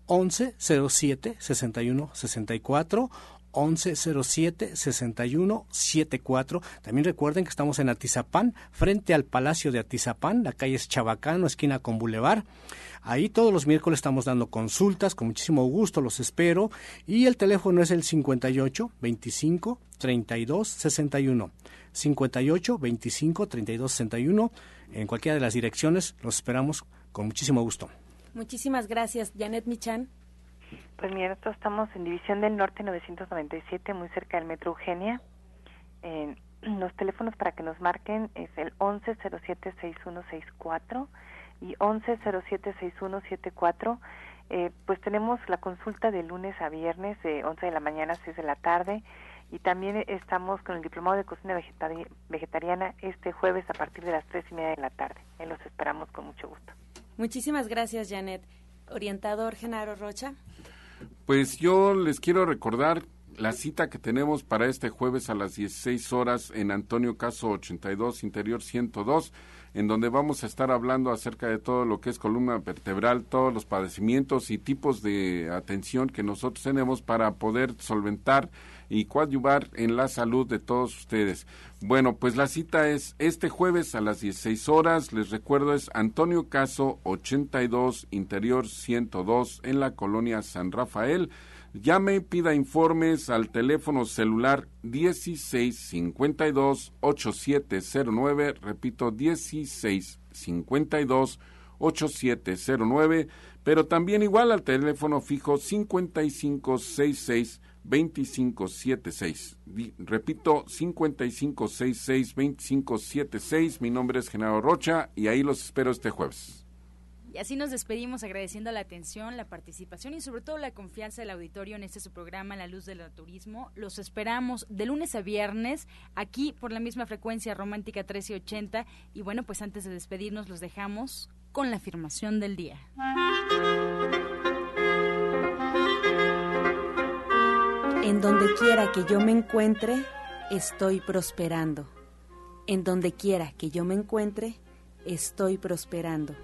1107-6164, 1107-6174. También recuerden que estamos en Atizapán, frente al Palacio de Atizapán, la calle es Chabacano, esquina con Boulevard. Ahí todos los miércoles estamos dando consultas, con muchísimo gusto los espero. Y el teléfono es el 58 25 32 61. 58 25 32 61. En cualquiera de las direcciones los esperamos con muchísimo gusto. Muchísimas gracias, Janet Michan. Pues mira, nosotros estamos en División del Norte 997, muy cerca del Metro Eugenia. Los teléfonos para que nos marquen es el 1107-6164 y 1107-6174. Pues tenemos la consulta de lunes a viernes de 11 de la mañana a 6 de la tarde. Y también estamos con el diplomado de cocina vegetariana este jueves a partir de las 3:30 de la tarde. Los esperamos con mucho gusto. Muchísimas gracias, Janet. Orientador Genaro Rocha. Pues yo les quiero recordar la cita que tenemos para este jueves a las 16 horas en Antonio Caso 82, Interior 102, en donde vamos a estar hablando acerca de todo lo que es columna vertebral, todos los padecimientos y tipos de atención que nosotros tenemos para poder solventar y coadyuvar en la salud de todos ustedes. Bueno, pues la cita es este jueves a las 16 horas, les recuerdo, es Antonio Caso 82, Interior 102, en la colonia San Rafael. Llame, pida informes al teléfono celular 1652-8709, repito, 1652-8709, pero también igual al teléfono fijo 5566-2576. Repito, 5566-2576. Mi nombre es Genaro Rocha y ahí los espero este jueves. Y así nos despedimos agradeciendo la atención, la participación y sobre todo la confianza del auditorio en este su programa La Luz del Naturismo. Los esperamos de lunes a viernes aquí por la misma frecuencia romántica 1380. Y bueno, pues antes de despedirnos los dejamos con la afirmación del día. En donde quiera que yo me encuentre, estoy prosperando. En donde quiera que yo me encuentre, estoy prosperando.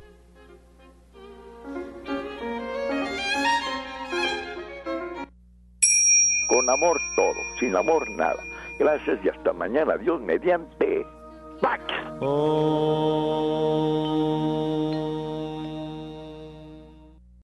Con amor todo, sin amor nada. Gracias y hasta mañana. Dios mediante. ¡Pax!